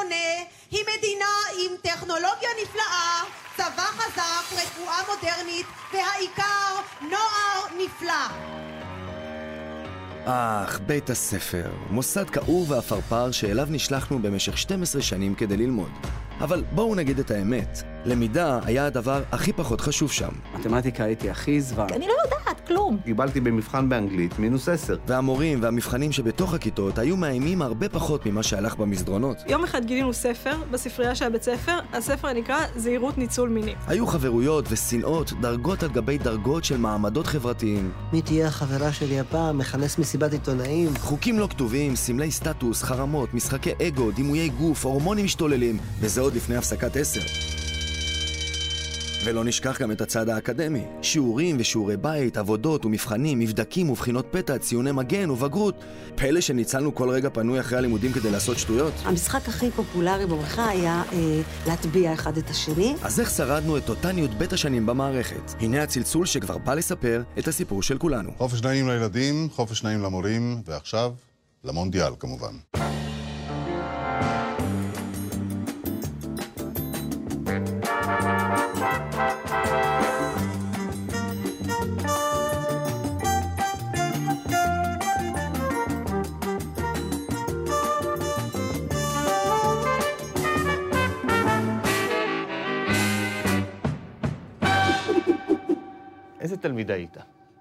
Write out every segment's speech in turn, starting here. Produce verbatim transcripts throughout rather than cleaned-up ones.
מונה היא מדינה עם טכנולוגיה נפלאה, צבא חזק, רפואה מודרנית, והעיקר נוער נפלא. אך, בית הספר, מוסד כאוב ואפרפר שאליו נשלחנו במשך שתים עשרה שנים כדי ללמוד. אבל בואו נגיד את האמת, למידה היה הדבר הכי פחות חשוב שם. מתמטיקה הייתי הכי זווה. אני לא יודעת כלום. קיבלתי במבחן באנגלית מינוס עשר. והמורים והמבחנים שבתוך הכיתות היו מאיימים הרבה פחות ממה שהלך במסדרונות. יום אחד גילינו ספר בספרייה של הבית ספר, הספר נקרא זהירות ניצול מיני. היו חברויות ושנאות, דרגות על גבי דרגות של מעמדות חברתיים. מי תהיה החברה שלי הפעם? מכנס מסיבת עיתונאים. חוקים לא כתובים, סמלי סטטוס, חרמות, משחקי אגו, דימויי גוף, הורמונים משתוללים, וזה עוד לפני הפסקת עשר. ולא נשכח גם את הצד האקדמי. שיעורים ושיעורי בית, עבודות ומבחנים, מבדקים ובחינות פתע, ציוני מגן ובגרות. פלא שניצלנו כל רגע פנוי אחרי הלימודים כדי לעשות שטויות. המשחק הכי פופולרי בבריכה היה אה, להטביע אחד את השני. אז איך שרדנו את אותן י"ב השנים במערכת? הנה הצלצול שכבר בא לספר את הסיפור של כולנו. חופש נעים לילדים, חופש נעים למורים, ועכשיו למונדיאל כמובן. איזה תלמיד היית?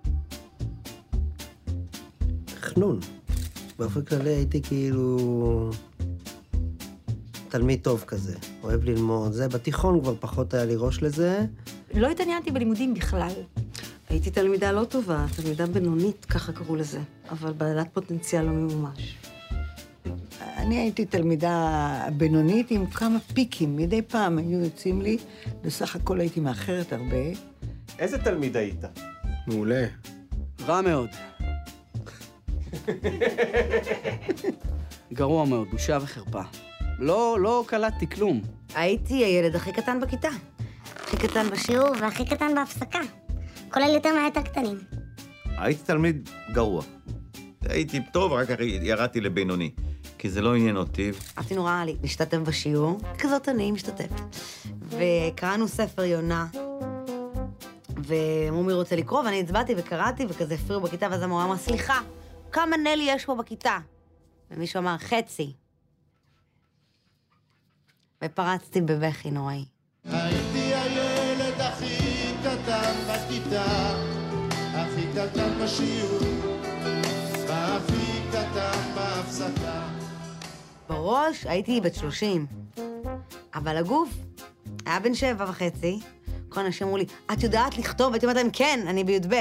חנון. באופן כללי הייתי כאילו תלמיד טוב כזה, אוהב ללמוד. זה בתיכון כבר פחות היה לי ראש לזה. לא התעניינתי בלימודים בכלל. הייתי תלמידה לא טובה, תלמידה בינונית, ככה קראו לזה, אבל בעלת פוטנציאל לא ממומש. אני הייתי תלמידה בינונית עם כמה פיקים, מדי פעם היו יוצאים לי, בסך הכל הייתי מאחרת הרבה. איזה תלמיד היית? מעולה. רע מאוד. גרוע מאוד, בושה וחרפה. לא, לא קלטתי כלום. הייתי הילד הכי קטן בכיתה. הכי קטן בשיעור והכי קטן בהפסקה. כולל יותר מהיותר קטנים. הייתי תלמיד גרוע. הייתי טוב, רק ירדתי לבינוני. כי זה לא עניין אותי. אהבתי נורא לי להשתתף בשיעור, כזאת אני משתתפת. וקראנו ספר יונה, ומומי רוצה לקרוא, ואני הצבעתי וקראתי, וכזה הפריעו בכיתה, ואז המורה אמרה, סליחה, כמה נלי יש פה בכיתה? ומישהו אמר, חצי. ופרצתי בבכי נוראי. הייתי הילד הכי קטן בכיתה, הכי קטן בשיעור, והכי קטן בהפסקה. בראש הייתי בת שלושים, אבל הגוף היה בן שבע וחצי. כל אנשים אמרו לי, את יודעת לכתוב? והייתי אומרת להם, כן, אני בי"ב.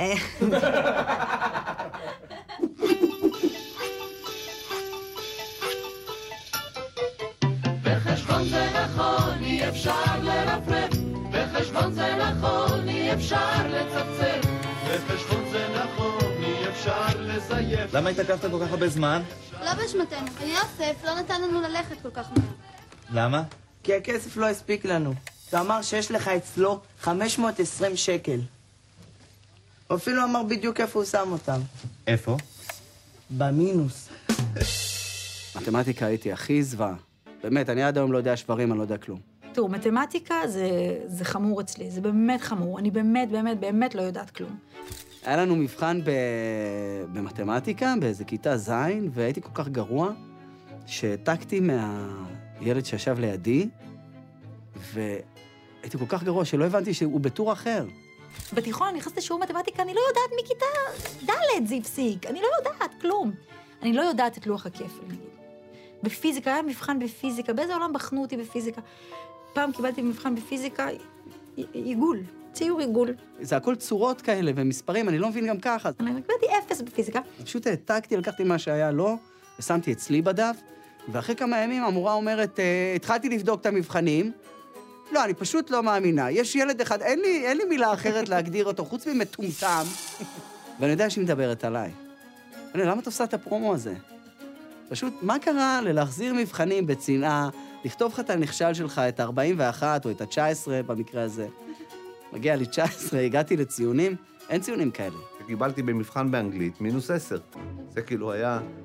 בחשבון זה נכון, אי אפשר לרפרף. בחשבון זה נכון, אי אפשר לצפצף. בחשבון זה נכון, אי אפשר לזייף. למה התעכבת כל כך הרבה זמן? לא באשמתנו, יוסף לא נתן לנו ללכת כל כך מהר. למה? כי הכסף לא הספיק לנו. הוא אמר שיש לך אצלו חמש מאות ועשרים שקל. הוא אפילו אמר בדיוק איפה הוא שם אותם. איפה? במינוס. מתמטיקה הייתי הכי זווה. באמת, אני עד היום לא יודע שברים, אני לא יודע כלום. תראו, מתמטיקה זה, זה חמור אצלי, זה באמת חמור. אני באמת, באמת, באמת לא יודעת כלום. היה לנו מבחן ב... במתמטיקה, באיזה כיתה זין, והייתי כל כך גרוע, שהעתקתי מהילד שישב לידי, והייתי כל כך גרוע שלא הבנתי שהוא בטור אחר. בתיכון אני נכנסת לשיעור מתמטיקה, אני לא יודעת מכיתה ד' זה הפסיק, אני לא יודעת כלום. אני לא יודעת את לוח הכפל, נגיד. בפיזיקה, היה מבחן בפיזיקה, באיזה עולם בחנו אותי בפיזיקה. פעם קיבלתי מבחן בפיזיקה, עיגול, ציור עיגול. זה הכל צורות כאלה ומספרים, אני לא מבין גם ככה. אני קיבלתי אפס בפיזיקה. פשוט העתקתי, לקחתי מה שהיה לו, ושמתי אצלי בדף, ואחרי כמה ימים המורה אומרת, התחלתי לבדוק את המבחנים, לא, אני פשוט לא מאמינה. יש ילד אחד, אין לי, אין לי מילה אחרת להגדיר אותו, חוץ ממטומטם, ואני יודע שהיא מדברת עליי. אני, למה אתה עושה את הפרומו הזה? פשוט, מה קרה ללהחזיר מבחנים בצנעה, לכתוב לך את הנכשל שלך, את ה-ארבעים ואחת או את ה-תשע עשרה במקרה הזה? מגיע לי תשע עשרה, הגעתי לציונים, אין ציונים כאלה. קיבלתי במבחן באנגלית מינוס עשר. זה כאילו היה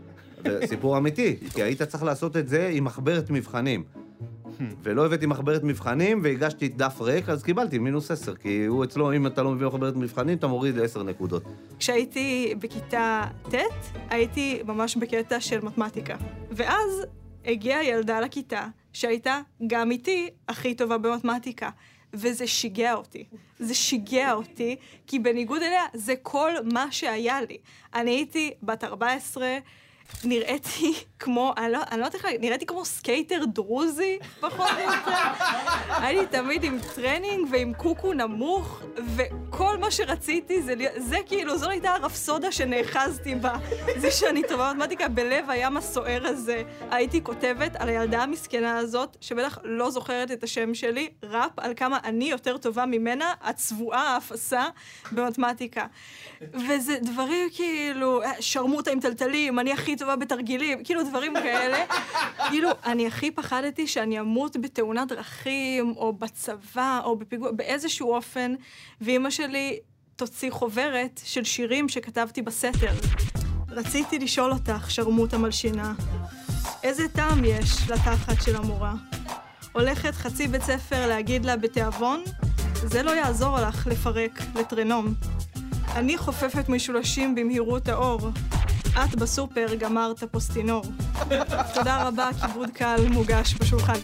זה סיפור אמיתי, כי היית צריך לעשות את זה עם מחברת מבחנים. ולא הבאתי מחברת מבחנים, והגשתי דף ריק, אז קיבלתי מינוס עשר, כי הוא אצלו, אם אתה לא מביא מחברת מבחנים, אתה מוריד עשר נקודות. כשהייתי בכיתה ט', הייתי ממש בקטע של מתמטיקה. ואז הגיעה ילדה לכיתה, שהייתה גם איתי הכי טובה במתמטיקה. וזה שיגע אותי. זה שיגע אותי, כי בניגוד אליה, זה כל מה שהיה לי. אני הייתי בת ארבע עשרה, נראיתי כמו, אני לא, אני לא יודעת איך, נראיתי כמו סקייטר דרוזי, פחות או יותר. הייתי תמיד עם טרנינג ועם קוקו נמוך, וכל מה שרציתי זה, זה כאילו, זו הייתה הרפסודה שנאחזתי בה. זה שאני טובה מתמטיקה בלב הים הסוער הזה. הייתי כותבת על הילדה המסכנה הזאת, שבטח לא זוכרת את השם שלי, ראפ על כמה אני יותר טובה ממנה, הצבועה, האפסה, במתמטיקה. וזה דברים כאילו, שרמוטה עם טלטלים, אני הכי טובה בתרגילים, כאילו דברים כאלה. כאילו, אני הכי פחדתי שאני אמות בתאונת דרכים, או בצבא, או בפיגוע, באיזשהו אופן, ואמא שלי תוציא חוברת של שירים שכתבתי בסתר. רציתי לשאול אותך, שרמוטה מלשינה, איזה טעם יש לתחת של המורה? הולכת חצי בית ספר להגיד לה בתיאבון, זה לא יעזור לך לפרק לטרנום. אני חופפת משולשים במהירות האור. את בסופר גמרת פוסטינור. תודה רבה, כיבוד קל מוגש בשולחן.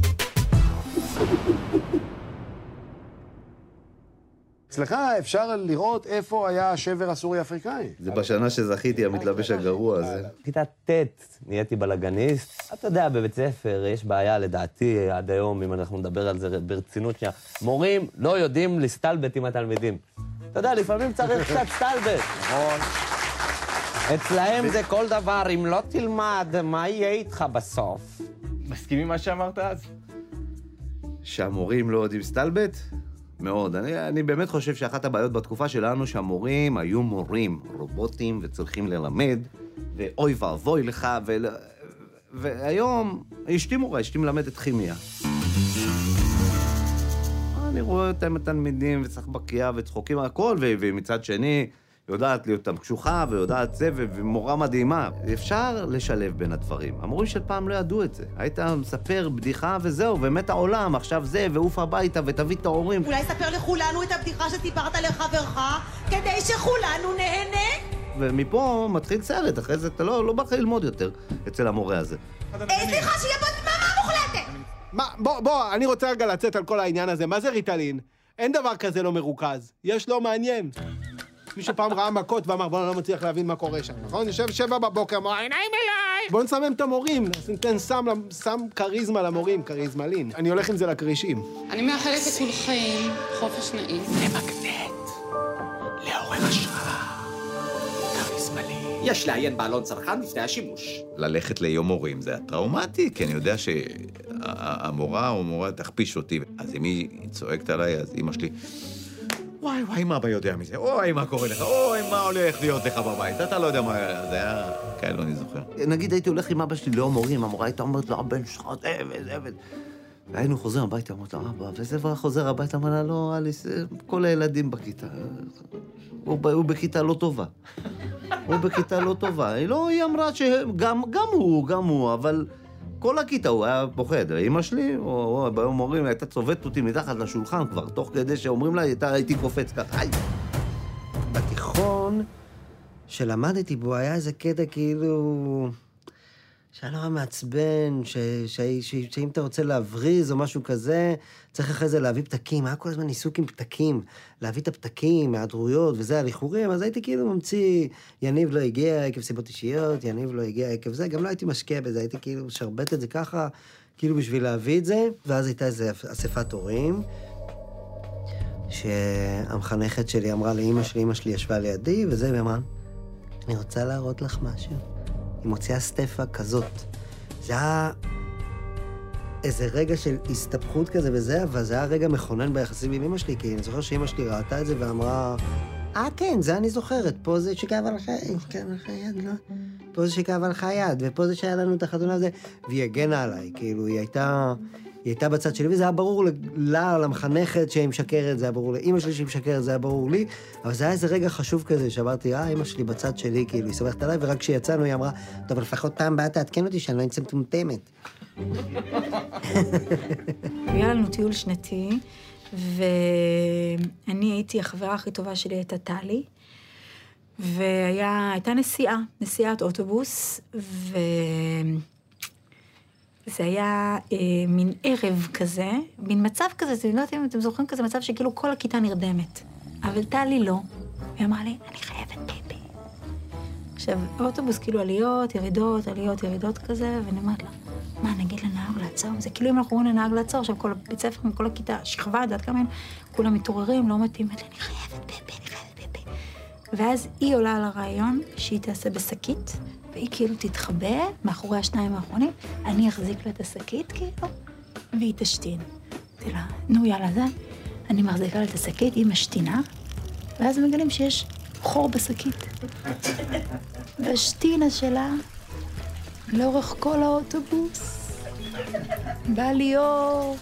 אצלך אפשר לראות איפה היה השבר הסורי-אפריקאי. זה בשנה שזכיתי, המתלבש הגרוע הזה. בכיתה ט' נהייתי בלגניסט. אתה יודע, בבית ספר יש בעיה, לדעתי, עד היום, אם אנחנו נדבר על זה ברצינות שנייה. מורים לא יודעים להסתלבט עם התלמידים. אתה יודע, לפעמים צריך קצת סתלבט. נכון. אצלהם זה כל דבר, אם לא תלמד, מה יהיה איתך בסוף? מסכים עם מה שאמרת אז? שהמורים לא יודעים סתלבט? מאוד. אני, אני באמת חושב שאחת הבעיות בתקופה שלנו, שהמורים היו מורים, רובוטים, וצריכים ללמד, ואוי ואבוי לך, ו... והיום, אשתי מורה, אשתי מלמדת כימיה. אני רואה אותם התלמידים, וצחבקייה, וצחוקים, הכל, ו... ומצד שני, יודעת להיות אותם קשוחה, ויודעת זה, ומורה מדהימה. אפשר לשלב בין הדברים. המורים של פעם לא ידעו את זה. היית מספר בדיחה וזהו, ומת העולם, עכשיו זה, ועוף הביתה, ותביא את ההורים. אולי ספר לכולנו את הבדיחה שסיפרת לחברך, כדי שכולנו נהנה? ומפה מתחיל סרט, אחרי זה אתה לא, לא בא לך ללמוד יותר אצל המורה הזה. אה, סליחה, שיהיה בו דממה מוחלטת! מה, בוא, בוא, אני רוצה רגע לצאת על כל העניין הזה. מה זה ריטלין? אין דבר כזה לא מרוכז. יש לא מעניין. מישהו פעם ראה מכות ואמר, בוא, אני לא מצליח להבין מה קורה שם, נכון? יושב שבע בבוקר, אמר, עיניים אליי! בוא נסמם את המורים, ניתן שם, שם קריזמה למורים, קריזמלין. אני הולך עם זה לקרישים. אני מאחלת לכולכם חופש נעים. למגנט, לעורר השראה, קריזמלין. יש לעיין בעלון צרכן לפני השימוש. ללכת ליום מורים זה הטראומטי, כי אני יודע שהמורה או מורה תכפיש אותי. אז אם היא צועקת עליי, אז אמא שלי... וואי, וואי, מה אבא יודע מזה? אוי, מה קורה לך? אוי, מה הולך להיות לך בבית? אתה לא יודע מה... זה היה... כאלו, אני זוכר. נגיד, הייתי הולך עם אבא שלי ליום מורים, המורה הייתה אומרת לו, הבן שלך, עבד, עבד. והיינו חוזרים הביתה, אמרת לו, אבא, וזה כבר חוזר הביתה, אמר לה, לא, אליס, כל הילדים בכיתה. הוא, הוא בכיתה לא טובה. הוא בכיתה לא טובה. היא לא, היא אמרה שגם גם הוא, גם הוא, אבל... כל הכיתה הוא היה פוחד. אמא שלי, או, או ביום מורים, הייתה צובדת אותי מתחת לשולחן כבר, תוך כדי שאומרים לה, הייתה, הייתי קופץ ככה, היי. בתיכון שלמדתי בו היה איזה קטע כאילו... שהיה נורא מעצבן, ש... ש... ש... שאם אתה רוצה להבריז או משהו כזה, צריך אחרי זה להביא פתקים. היה כל הזמן עיסוק עם פתקים, להביא את הפתקים מהדרויות וזה, הליחורים, אז הייתי כאילו ממציא, יניב לא הגיע עקב סיבות אישיות, יניב לא הגיע עקב זה, גם לא הייתי משקיע בזה, הייתי כאילו שרבט את זה ככה, כאילו בשביל להביא את זה, ואז הייתה איזו אספת הורים, שהמחנכת שלי אמרה לאמא שלי, אמא שלי ישבה לידי, וזה, ואמרה, אני רוצה להראות לך משהו. היא מוציאה סטפה כזאת. זה היה איזה רגע של הסתבכות כזה וזה, אבל זה היה רגע מכונן ביחסים עם אמא שלי, כי אני זוכר שאמא שלי ראתה את זה ואמרה, אה, כן, זה אני זוכרת, פה זה שכאב על לך יד, לא? פה זה שכאב על לך יד, ופה זה שהיה לנו את החתונה הזה, והיא הגנה עליי, כאילו, היא הייתה, היא הייתה בצד שלי, וזה היה ברור לה, למחנכת שהיא משקרת, זה היה ברור לאמא שלי שהיא משקרת, זה היה ברור לי, אבל זה היה איזה רגע חשוב כזה, שאמרתי, אה, אמא שלי בצד שלי, כאילו, היא סומכת עליי, ורק כשיצאנו היא אמרה, טוב, לפחות פעם באה תעדכן אותי שאני לא אצא מטומטמת. היה לנו טיול שנתי, ואני הייתי, החברה הכי טובה שלי הייתה טלי, והייתה נסיעה, נסיעת אוטובוס, ו... זה היה אה, מין ערב כזה, מין מצב כזה, אתם יודעים, אם אתם זוכרים כזה מצב שכאילו כל הכיתה נרדמת. אבל טלי לא. היא אמרה לי, אני חייבת פיפי. עכשיו, האוטובוס כאילו עליות, ירידות, עליות, ירידות כזה, ואני אומרת לה, מה, נגיד לנהג לעצור? זה כאילו אם אנחנו אומרים לנהג לעצור, עכשיו כל הבית ספר, כל הכיתה, שכבה, יודעת כמה הם, כולם מתעוררים, לא מתאים, לי, אני חייבת פיפי, אני חייבת פיפי. ואז היא עולה על הרעיון שהיא תעשה בשקית, והיא כאילו תתחבא מאחורי השניים האחרונים, אני אחזיק לה את השקית כאילו, והיא תשתין. אמרתי לה, נו יאללה זה, אני מחזיקה לה את השקית, היא משתינה, ואז מגלים שיש חור בשקית. והשתינה שלה, לאורך כל האוטובוס, בעליות,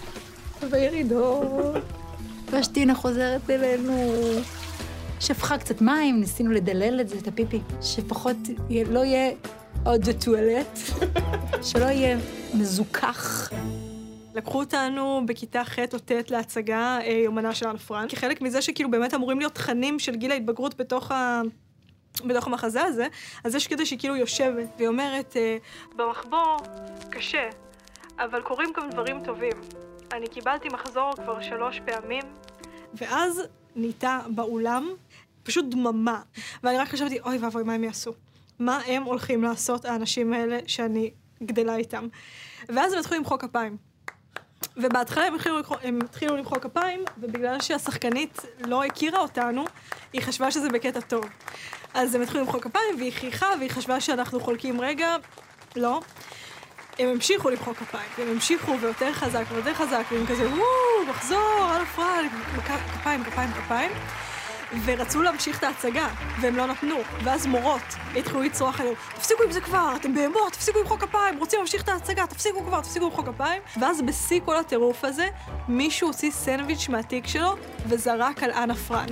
וירידות, והשתינה חוזרת אלינו. שפכה קצת מים, ניסינו לדלל את זה, את הפיפי, שפחות לא יהיה עוד טואלט, שלא יהיה מזוכח. לקחו אותנו בכיתה ח' או ט' להצגה יומנה של אנה פרנק, כחלק מזה שכאילו באמת אמורים להיות תכנים של גיל ההתבגרות בתוך ה... בתוך המחזה הזה, אז יש כדי שהיא כאילו יושבת, והיא אומרת, במחבור קשה, אבל קורים גם דברים טובים. אני קיבלתי מחזור כבר שלוש פעמים, ואז נהייתה באולם פשוט דממה. ואני רק חשבתי, אוי ואבוי, מה הם יעשו? מה הם הולכים לעשות, האנשים האלה שאני גדלה איתם? ואז הם התחילו למחוא כפיים. ובהתחלה הם התחילו, הם התחילו למחוא כפיים, ובגלל שהשחקנית לא הכירה אותנו, היא חשבה שזה בקטע טוב. אז הם התחילו למחוא כפיים, והיא חייכה, והיא חשבה שאנחנו חולקים רגע. לא. הם המשיכו למחוא כפיים, והם המשיכו ויותר חזק ויותר חזק, והם כזה, וואו, מחזור, אנה פרנק, כפיים, כפיים, כפיים, ורצו להמשיך את ההצגה, והם לא נתנו. ואז מורות התחילו לצרוח עליהם, תפסיקו עם זה כבר, אתם בהמות, תפסיקו למחוא כפיים, רוצים להמשיך את ההצגה, תפסיקו כבר, תפסיקו למחוא כפיים. ואז בשיא כל הטירוף הזה, מישהו הוציא סנדוויץ' מהתיק שלו, וזרק על אנה פרנק.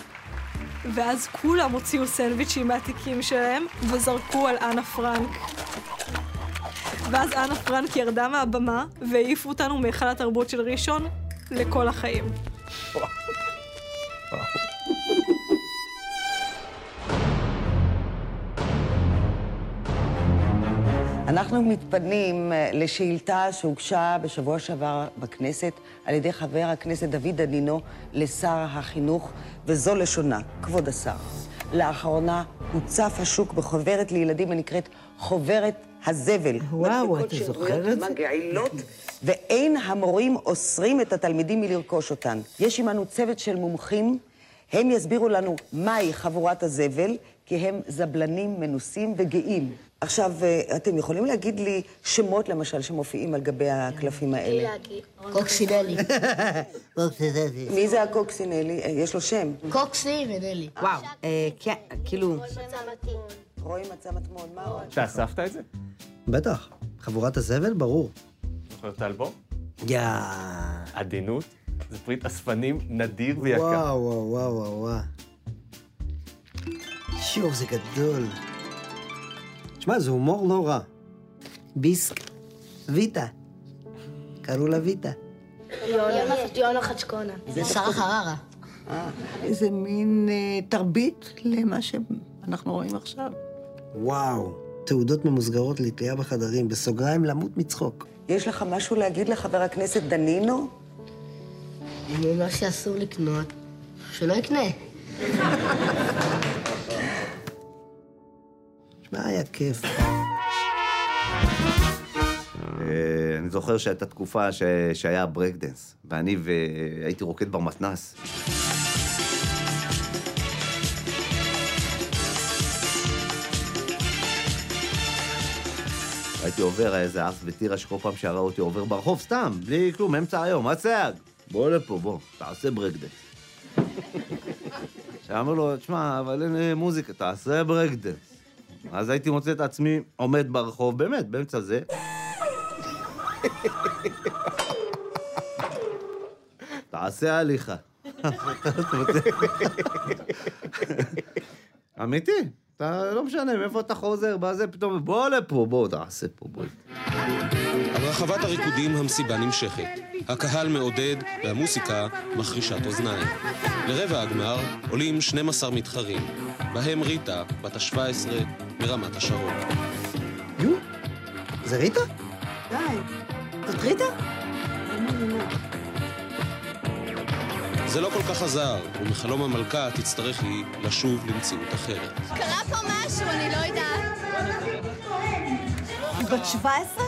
ואז כולם הוציאו סנדוויצ'ים מהתיקים שלהם, וזרקו על אנה פרנק. ואז אנה פרנק ירדה מהבמה, והעיפו אותנו מהיכל התרבות של ראשון לכל החיים. אנחנו מתפנים לשאילתה שהוגשה בשבוע שעבר בכנסת על ידי חבר הכנסת דוד דנינו לשר החינוך, וזו לשונה, כבוד השר. לאחרונה הוצף השוק בחוברת לילדים הנקראת חוברת הזבל. וואו, אתה זוכר את זה? מגעילות, ואין המורים אוסרים את התלמידים מלרכוש אותן. יש עמנו צוות של מומחים, הם יסבירו לנו מהי חבורת הזבל, כי הם זבלנים מנוסים וגאים. עכשיו, אתם יכולים להגיד לי שמות, למשל, שמופיעים על גבי הקלפים האלה? קוקסינלי. מי זה הקוקסינלי? יש לו שם. קוקסי ונלי. וואו, כן, כאילו... רואים מצא מטמון, מה עוד? אתה אספת את זה? בטח. חבורת הזבל, ברור. זוכר את האלבום? יא. עדינות, זה פריט אספנים נדיר ויקר. וואו, וואו, וואו, וואו, וואו. שוב, זה גדול. תשמע, זה הומור לא רע. ביסק, ויטה. קראו לה ויטה. יונה חצ'קונה. זה שרה חררה. איזה מין תרבית למה שאנחנו רואים עכשיו. וואו, תעודות ממוסגרות לתלייה בחדרים, בסוגריים למות מצחוק. יש לך משהו להגיד לחבר הכנסת דנינו? ממה שאסור לקנות, שלא יקנה. מה היה כיף? אני זוכר שהייתה תקופה שהיה ברקדנס, ואני והייתי רוקד במתנס. הייתי עובר איזה אף וטירה שכל פעם שהראה אותי עובר ברחוב סתם, בלי כלום, אמצע היום, מה צייג? בוא לפה, בוא, תעשה ברקדנס. שאמר לו, תשמע, אבל אין מוזיקה, תעשה ברקדנס. אז הייתי מוצא את עצמי עומד ברחוב, באמת, באמצע זה. תעשה הליכה. אמיתי, אתה לא משנה, מאיפה אתה חוזר, בזה פתאום, בוא לפה, בוא, תעשה פה, בוא. על רחבת הריקודים המסיבה נמשכת. הקהל מעודד והמוסיקה מחרישת אוזניים. לרבע הגמר עולים שנים עשר מתחרים, בהם ריטה, בת ה-שבע עשרה, מרמת השרון. יו, זה ריטה? די, זאת ריטה? זה לא כל כך עזר, ומחלום המלכה תצטרך היא לשוב למציאות אחרת. קרה פה משהו, אני לא יודעת. בת שבע עשרה?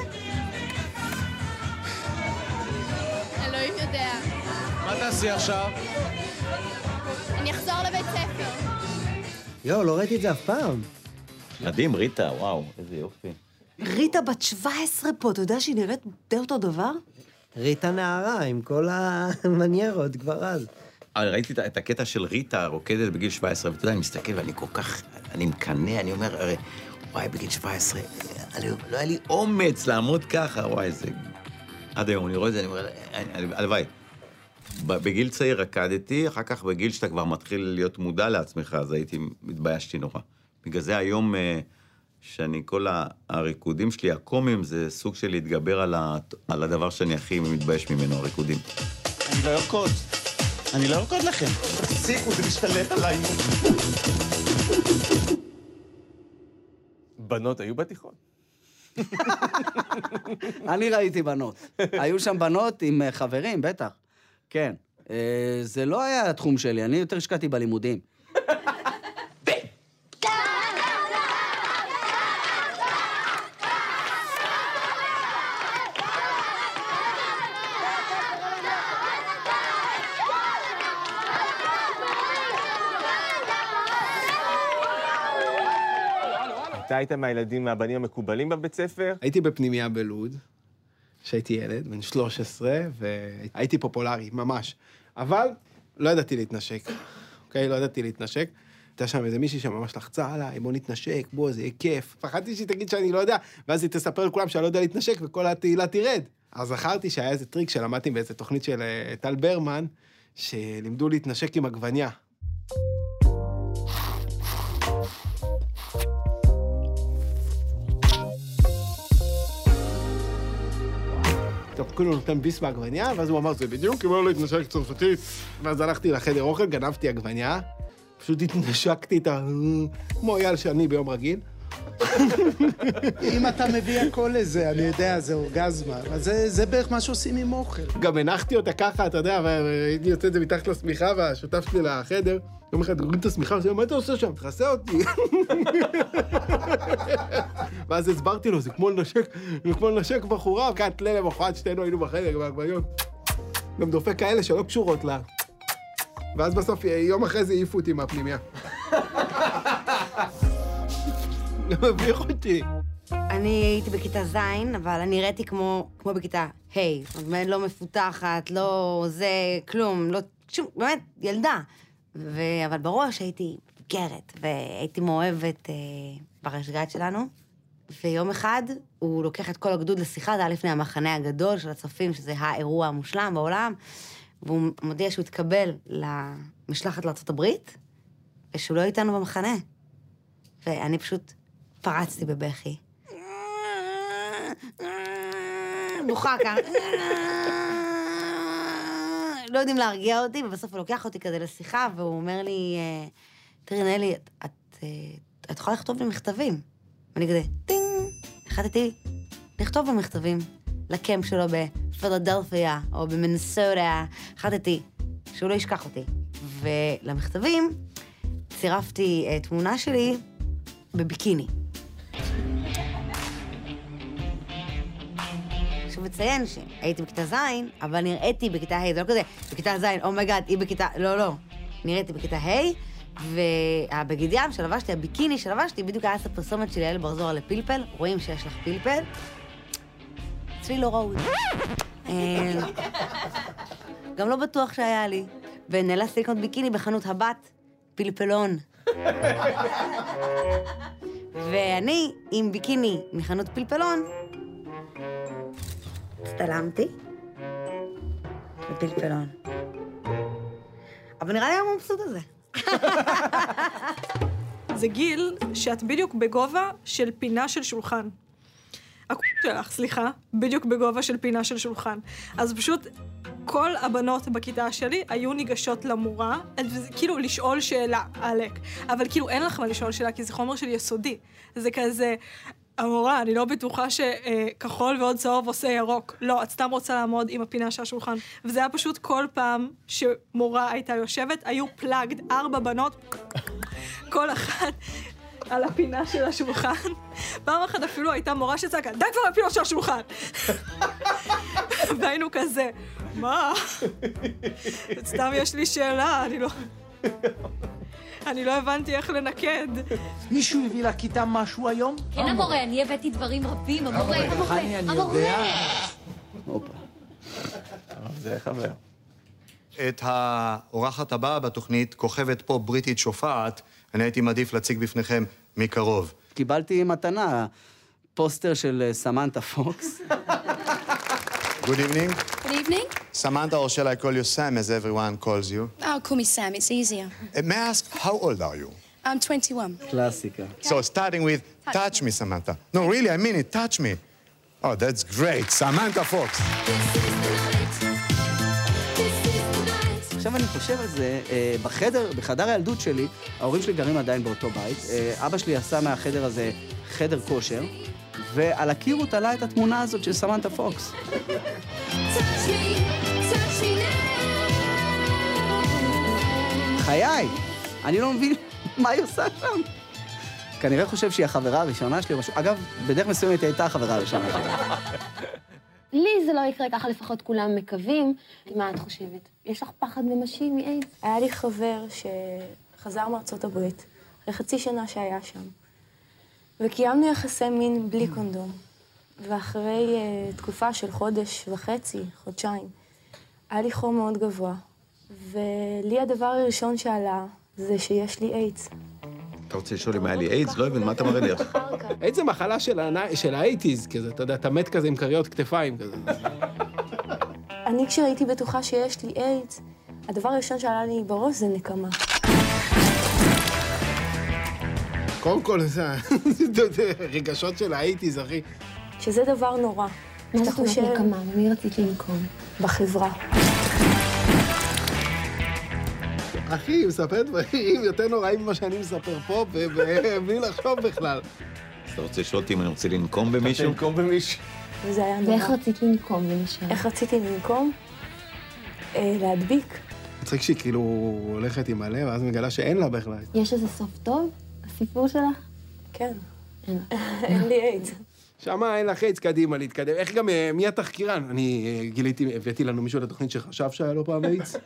אלוהים יודע. מה תעשי עכשיו? אני אחזור לבית ספר. יו, לא ראיתי את זה אף פעם. מדהים, ריטה, וואו, איזה יופי. ריטה בת שבע עשרה פה, אתה יודע שהיא נראית די אותו דבר? ריטה נערה, עם כל המניירות כבר אז. ראיתי את הקטע של ריטה רוקדת בגיל שבע עשרה, ואתה יודע, אני מסתכל ואני כל כך, אני מקנא, אני אומר, הרי, וואי, בגיל שבע עשרה, לא היה לי אומץ לעמוד ככה, וואי, זה... עד היום, אני רואה את זה, אני אומר, הלוואי. בגיל צעיר רקדתי, אחר כך בגיל שאתה כבר מתחיל להיות מודע לעצמך, אז הייתי, התביישתי נורא. בגלל זה היום, שאני, כל הריקודים שלי, הקומיים, זה סוג של להתגבר על, ה, על הדבר שאני הכי מתבייש ממנו, הריקודים. אני לא ארקוד. אני לא ארקוד לכם. תפסיקו, זה משתלט עליי. בנות היו בתיכון? אני ראיתי בנות. היו שם בנות עם חברים, בטח. כן. זה לא היה התחום שלי, אני יותר השקעתי בלימודים. אתה היית מהילדים, מהבנים המקובלים בבית ספר? הייתי בפנימיה בלוד, שהייתי ילד, בן שלוש עשרה, והייתי פופולרי, ממש. אבל לא ידעתי להתנשק, אוקיי? לא ידעתי להתנשק. הייתה שם איזה מישהי שממש לחצה עליי, בוא נתנשק, בוא, זה יהיה כיף. פחדתי שהיא תגיד שאני לא יודע, ואז היא תספר לכולם שאני לא יודע להתנשק, וכל התהילה תירד. אז זכרתי שהיה איזה טריק שלמדתי באיזה תוכנית של טל ברמן, שלימדו להתנשק עם עגבניה. טוב, כולו נותן ביס בעגבניה, ואז הוא אמר, זה בדיוק, כי הוא לא התנשק צרפתית. ואז הלכתי לחדר אוכל, גנבתי עגבניה, פשוט התנשקתי את ה... כמו אייל שאני ביום רגיל. אם אתה מביא הכל לזה, אני יודע, זה אורגזמה, אז זה, זה בערך מה שעושים עם אוכל. גם הנחתי אותה ככה, אתה יודע, והייתי יוצא את זה מתחת לשמיכה, והשותף שלי לחדר, יום אחד גוררים את השמיכה, ועושה, מה אתה עושה שם? תחסה אותי. ואז הסברתי לו, זה כמו לנשק, זה כמו לנשק בחורה, קעת לילה למחרת, שתינו היינו בחדר, בעגבניות. גם דופק כאלה שלא קשורות לה. ואז בסוף, יום אחרי זה העיפו אותי מהפנימיה. לא מביך אותי. אני הייתי בכיתה ז', אבל אני ראיתי כמו, כמו בכיתה ה', זאת אומרת, לא מפותחת, לא זה, כלום, לא, שום, באמת, ילדה. ו... אבל בראש הייתי בגרת, והייתי מאוהבת אה, ברשג"ד שלנו. ויום אחד הוא לוקח את כל הגדוד לשיחה, זה היה לפני המחנה הגדול של הצופים, שזה האירוע המושלם בעולם, והוא מודיע שהוא התקבל למשלחת לארצות הברית, ושהוא לא איתנו במחנה. ואני פשוט פרצתי בבכי. בוכה ככה. לא יודעים להרגיע אותי, ובסוף הוא לוקח אותי כזה לשיחה, והוא אומר לי, תראי, נלי, את, את, את יכולה לכתוב לי מכתבים. ואני כזה, טינג, החלטתי לכתוב לו מכתבים לקמפ שלו בפילדלפיה, או במינסוטה, החלטתי שהוא לא ישכח אותי. ולמכתבים צירפתי תמונה שלי בביקיני. עכשיו מציין שהייתי בכיתה ז', אבל נראיתי בכיתה ה', זה לא כזה, בכיתה ז', אומייגאד, היא בכיתה, לא, לא. נראיתי בכיתה ה', והבגד ים שלבשתי, הביקיני שלבשתי, בדיוק היה הפרסומת של יעל בר זוהר לפלפל, רואים שיש לך פלפל. אצלי לא ראוי. גם לא בטוח שהיה לי. ונאלצתי לקנות ביקיני בחנות הבת, פלפלון. ואני, עם ביקיני מחנות פלפלון, הצטלמתי בפלפלון. אבל נראה לי הוא מבסוט על זה. זה גיל שאת בדיוק בגובה של פינה של שולחן. הקול שלך, סליחה, בדיוק בגובה של פינה של שולחן. אז פשוט כל הבנות בכיתה שלי היו ניגשות למורה, כאילו לשאול שאלה, עלק. אבל כאילו אין לך מה לשאול שאלה, כי זה חומר של יסודי. זה כזה, המורה, אני לא בטוחה שכחול ועוד צהוב עושה ירוק. לא, את סתם רוצה לעמוד עם הפינה של השולחן. וזה היה פשוט כל פעם שמורה הייתה יושבת, היו פלאגד, ארבע בנות, כל אחת על הפינה של השולחן. פעם אחת אפילו הייתה מורה שצעקה, די כבר הפינה של השולחן! והיינו כזה, מה? סתם יש לי שאלה, אני לא... אני לא הבנתי איך לנקד. מישהו הביא לכיתה משהו היום? כן, המורה, אני הבאתי דברים רבים, המורה, המורה, המורה. הופה. זה חבר. את האורחת הבאה בתוכנית, כוכבת פה בריטית שופעת, אני הייתי מעדיף להציג בפניכם מקרוב. קיבלתי מתנה, פוסטר של סמנטה פוקס. Good evening. Good evening. Samantha, or shall I call you Sam, as everyone calls you? Oh, call me Sam, it's easier. Uh, may I ask, how old are you? I'm twenty-one. Classica. So, starting with, touch me, Samantha. No, really, I mean it, touch me. Oh, that's great. Samantha Fox. עכשיו אני חושב על זה, בחדר, בחדר הילדות שלי, ההורים שלי גרים עדיין באותו בית, אבא שלי עשה מהחדר הזה חדר כושר, ועל הקיר הוא תלה את התמונה הזאת של סמנטה פוקס. חיי, אני לא מבין מה היא עושה שם. כנראה חושב שהיא החברה הראשונה שלי או משהו. אגב, בדרך מסוימת היא הייתה החברה הראשונה שלי. לי זה לא יקרה, ככה לפחות כולם מקווים. מה את חושבת? יש לך פחד ממשי מאיידס? היה לי חבר שחזר מארצות הברית, אחרי חצי שנה שהיה שם. וקיימנו יחסי מין בלי קונדום. ואחרי uh, תקופה של חודש וחצי, חודשיים, היה לי חום מאוד גבוה. ולי הדבר הראשון שעלה זה שיש לי איידס. אתה רוצה לשאול אם היה לי איידס? לא הבין, מה אתה מראה לי עכשיו? איידס זה מחלה של האייטיז, כזה, אתה יודע, אתה מת כזה עם קריות כתפיים, כזה. אני כשהייתי בטוחה שיש לי איידס, הדבר הראשון שעלה לי בראש זה נקמה. קודם כל, זה רגשות של האייטיז, אחי. שזה דבר נורא. מה זאת אומרת נקמה? ומי רצית לנקום? בחברה. אחי, היא מספרת דברים יותר נוראים ממה שאני מספר פה, ובלי לחשוב בכלל. אז אתה רוצה לשאול אותי אם אני רוצה לנקום במישהו? לנקום במישהו. וזה היה נורא. ואיך רצית לנקום, למשל? איך רציתי לנקום? להדביק. מצחיק שהיא כאילו הולכת עם מלא, ואז מגלה שאין לה בכלל. יש איזה סוף טוב? הסיפור שלך? כן. אין לי איידס. שמה אין לך איידס, קדימה להתקדם. איך גם, מי התחקירן? אני גיליתי, הבאתי לנו מישהו לתוכנית שחשב שהיה לו פעם איידס.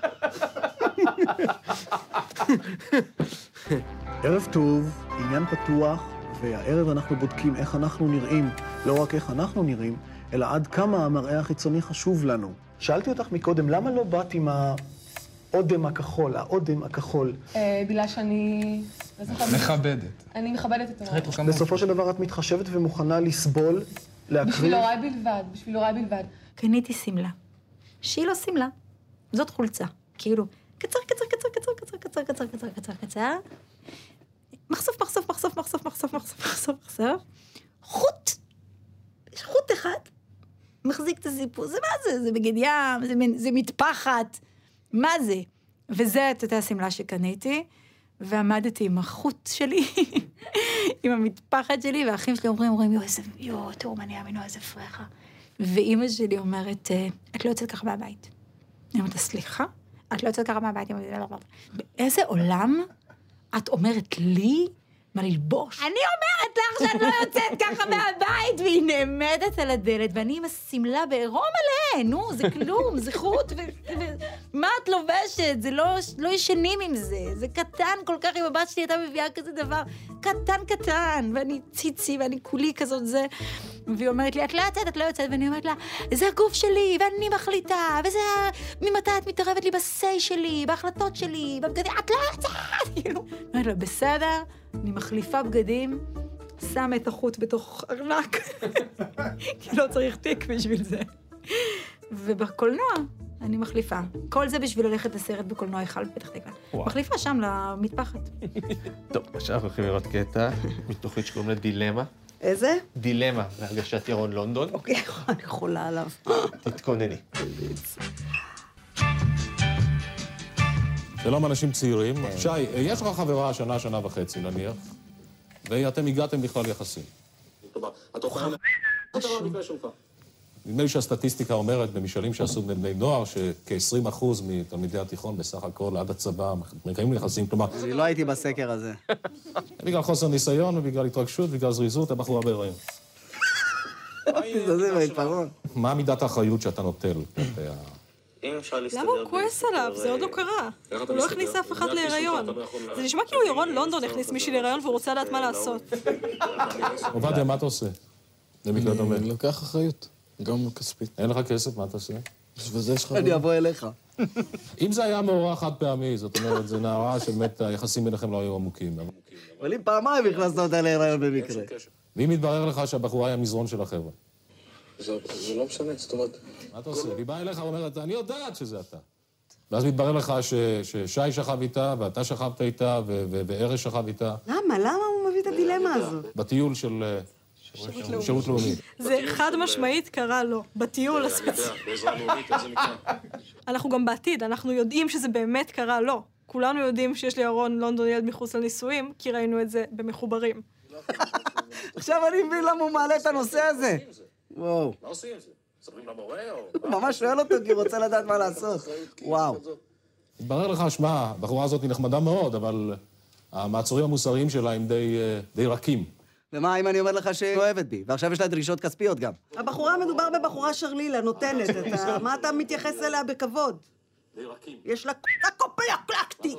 ערב טוב, עניין פתוח, והערב אנחנו בודקים איך אנחנו נראים, לא רק איך אנחנו נראים, אלא עד כמה המראה החיצוני חשוב לנו. שאלתי אותך מקודם, למה לא באת עם האודם הכחול, האודם הכחול? בגלל שאני... מכבדת. אני מכבדת את המראה. בסופו של דבר את מתחשבת ומוכנה לסבול, להקריב. בשביל הוריי בלבד, בשביל הוריי בלבד. קניתי סמלה. שהיא לא סמלה, זאת חולצה. כאילו, קצר, קצר, קצר, קצר, קצר, קצר, קצר, קצר, קצר, קצר. מחשוף, מחשוף, מחשוף, מחשוף, מחשוף, מחשוף, מחשוף, מחשוף. חוט. יש חוט אחד. מחזיק את הסיפור. זה מה זה? זה בגד ים, זה, זה מטפחת. מה זה? וזה את אותה הסמלה שקניתי, ועמדתי עם החוט שלי, עם המטפחת שלי, והאחים שלי אומרים, אומרים, יו, איזה, יו, תראו, אני אמינו, איזה פרחה. ואימא שלי אומרת, את לא יוצאת ככה מהבית. אני אומרת, סליחה? את לא יוצאת ככה מהבית. באיזה עולם את אומרת לי מה ללבוש? אני אומרת לך שאת לא יוצאת ככה מהבית, והיא נעמדת על הדלת, ואני עם הסמלה בעירום עליה, נו, זה כלום, זה חוט, ומה את לובשת? זה לא, לא ישנים עם זה, זה קטן כל כך, אם הבת שלי הייתה מביאה כזה דבר, קטן קטן, ואני ציצי, ואני כולי כזאת זה, והיא אומרת לי, את לא יוצאת, את לא יוצאת, ואני אומרת לה, זה הגוף שלי, ואני מחליטה, וזה, ממתי את מתערבת לי בסי שלי, בהחלטות שלי, בבגדים, את לא יוצאת, כאילו. אני אומרת לה, בסדר, אני מחליפה בגדים, שמה את החוט בתוך ארנק, כי לא צריך תיק בשביל זה. ובקולנוע, אני מחליפה. כל זה בשביל ללכת לסרט בקולנוע היכל בפתח תקווה. מחליפה שם למטפחת. טוב, עכשיו אנחנו הולכים לראות קטע מתוכנית שקוראים לה דילמה. איזה? דילמה, בהרגשת ירון לונדון. אוקיי, אני חולה עליו. תתכונני. שלום אנשים צעירים. שי, יש לך חברה שנה, שנה וחצי נניח, ואתם הגעתם בכלל יחסים. נדמה לי שהסטטיסטיקה אומרת במשאלים שעשו בני נוער, שכ-עשרים אחוז מתלמידי התיכון בסך הכל עד הצבא מקיימים יחסים, כלומר... אני לא הייתי בסקר הזה. בגלל חוסר ניסיון ובגלל התרגשות, בגלל זריזות, הבחורה בהיריון. זה בהתפרון. מה מידת האחריות שאתה נוטל? למה הוא כועס עליו? זה עוד לא קרה. הוא לא הכניס אף אחד להיריון. זה נשמע כאילו ירון לונדון הכניס מישהי להיריון והוא רוצה לדעת מה לעשות. עובדיה, מה אתה עושה? במקרה דומה. אני לוקח אחריות, גם כספית. אין לך כסף, מה אתה עושה? וזה יש לך... אני אבוא אליך. אם זה היה מאורע חד פעמי, זאת אומרת, זה נערה שבאמת היחסים ביניכם לא היו עמוקים. אבל אם פעמיים הכנסת אותה להיריון במקרה. ואם מתברר לך שהבחורה היא המזרון של החבר'ה? זה לא משנה, זאת אומרת... מה אתה עושה? היא באה אליך ואומרת, אני יודעת שזה אתה. ואז מתברר לך ששי שכב איתה, ואתה שכבת איתה, וארז שכב איתה. למה? למה הוא מביא את הדילמה הזו? בטיול של שירות לאומי. זה חד משמעית קרה לו, בטיול הספציפי. אנחנו גם בעתיד, אנחנו יודעים שזה באמת קרה לו. כולנו יודעים שיש לירון לונדון ילד מחוץ לנישואים, כי ראינו את זה במחוברים. עכשיו אני מבין למה הוא מעלה את הנושא הזה. וואו. מה עושים עם זה? ספרים למורה או... ממש שואל אותו כי הוא רוצה לדעת מה לעשות. וואו. התברר לך, שמע, הבחורה הזאת היא נחמדה מאוד, אבל המעצורים המוסריים שלה הם די רכים. ומה אם אני אומר לך שהיא אוהבת בי, ועכשיו יש לה דרישות כספיות גם? הבחורה מדובר בבחורה שרלילה, נותנת. מה אתה מתייחס אליה בכבוד? די רכים. יש לה קופיה קלקטי.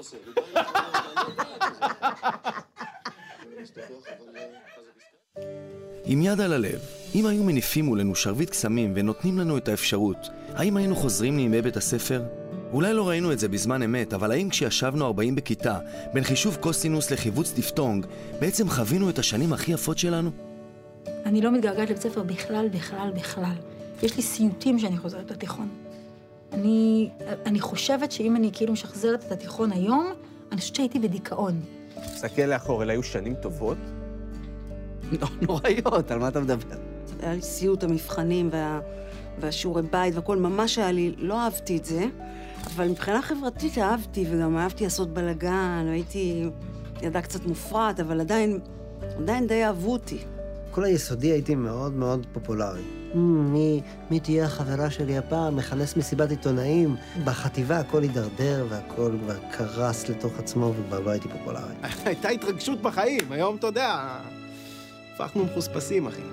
עם יד על הלב, אם היו מניפים מולנו שרביט קסמים ונותנים לנו את האפשרות, האם היינו חוזרים לימי בית הספר? אולי לא ראינו את זה בזמן אמת, אבל האם כשישבנו ארבעים בכיתה, בין חישוב קוסינוס לחיווץ דיפטונג, בעצם חווינו את השנים הכי יפות שלנו? אני לא מתגעגעת לבית ספר בכלל, בכלל, בכלל. יש לי סיוטים שאני חוזרת לתיכון. אני, אני חושבת שאם אני כאילו משחזרת את התיכון היום, אני חושבת שהייתי בדיכאון. תסתכל לאחור, אלה היו שנים טובות? נוראיות, על מה אתה מדבר? היה לי סיוט המבחנים וה... והשיעורי בית והכל, ממש היה לי, לא אהבתי את זה, אבל מבחינה חברתית אהבתי, וגם אהבתי לעשות בלגן, הייתי ידע קצת מופרט, אבל עדיין, עדיין די אהבו אותי. כל היסודי הייתי מאוד מאוד פופולרי. מי, מי תהיה החברה שלי הפעם? מכנס מסיבת עיתונאים. בחטיבה הכל הידרדר והכל כבר קרס לתוך עצמו, וכבר לא הייתי פופולרי. הייתה התרגשות בחיים, היום אתה יודע, הפכנו מחוספסים, אחי.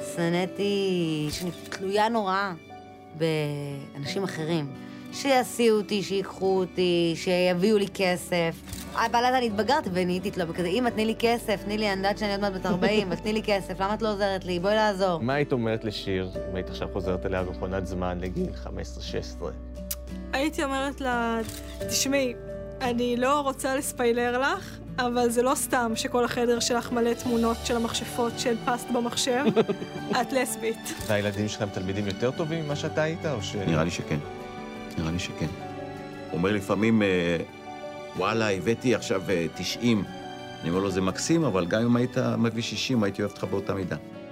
שנאתי שאני תלויה נוראה באנשים אחרים. שיעשו אותי, שיקחו אותי, שיביאו לי כסף. אבל אז אני התבגרתי ונהייתי תלויה בכזה, אמא, תני לי כסף, תני לי, אני יודעת שאני עוד מעט בת ארבעים, ותני לי כסף, למה את לא עוזרת לי? בואי לעזור. מה היית אומרת לשיר, אם היית עכשיו חוזרת אליה במכונת זמן לגיל חמש עשרה שש עשרה? הייתי אומרת לה, תשמעי, אני לא רוצה לספיילר לך, אבל זה לא סתם שכל החדר שלך מלא תמונות של המכשפות של פסט במחשב. את לסבית. והילדים שלכם תלמידים יותר טובים ממה שאתה היית, או ש... נראה לי שכן. נראה לי שכן. הוא אומר לפעמים, וואלה, הבאתי עכשיו תשעים. אני אומר לו, זה מקסים, אבל גם אם היית מביא שישים, הייתי אוהב אותך באותה מידה.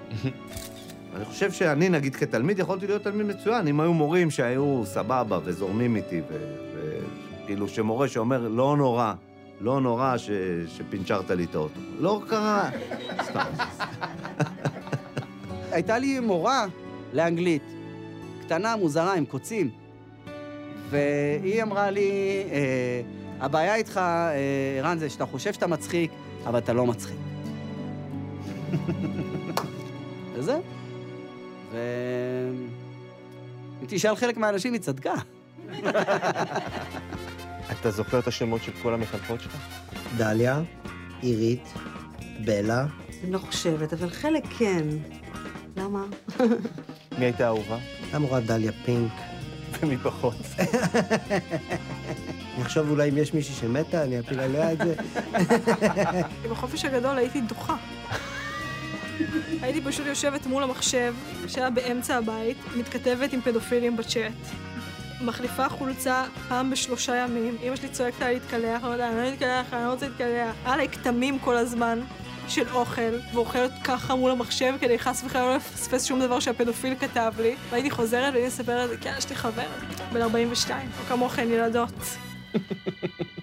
אני חושב שאני, נגיד, כתלמיד, יכולתי להיות תלמיד מצוין, אם היו מורים שהיו סבבה וזורמים איתי, וכאילו שמורה שאומר, לא נורא, לא נורא ש... שפינצ'רת לי את האוטו. לא קרה. סתם. הייתה לי מורה לאנגלית, קטנה, מוזרה, עם קוצים. והיא אמרה לי, אה, הבעיה איתך, אה, רן, זה שאתה חושב שאתה מצחיק, אבל אתה לא מצחיק. וזה. ו... אם תשאל חלק מהאנשים, היא צדקה. אתה זוכר את השמות של כל המחנכות שלך? דליה, עירית, בלה. אני לא חושבת, אבל חלק כן. למה? מי הייתה אהובה? המורה דליה פינק. ומי פחות? אני חושב אולי אם יש מישהי שמתה, אני אפיל עליה את זה. בחופש הגדול הייתי דוחה. הייתי פשוט יושבת מול המחשב, שהיה באמצע הבית, מתכתבת עם פדופילים בצ'אט. מחליפה חולצה פעם בשלושה ימים. אמא שלי צועקת עליי להתקלח, לא יודע, אני לא להתקלח, אני לא רוצה להתקלח. היה לי כתמים כל הזמן של אוכל, ואוכלת ככה מול המחשב כדי חס וחלילה לא לפספס שום דבר שהפדופיל כתב לי. והייתי חוזרת והייתי מספרת, כן, יש לי חבר, בן ארבעים ושתיים, או כמוכן ילדות.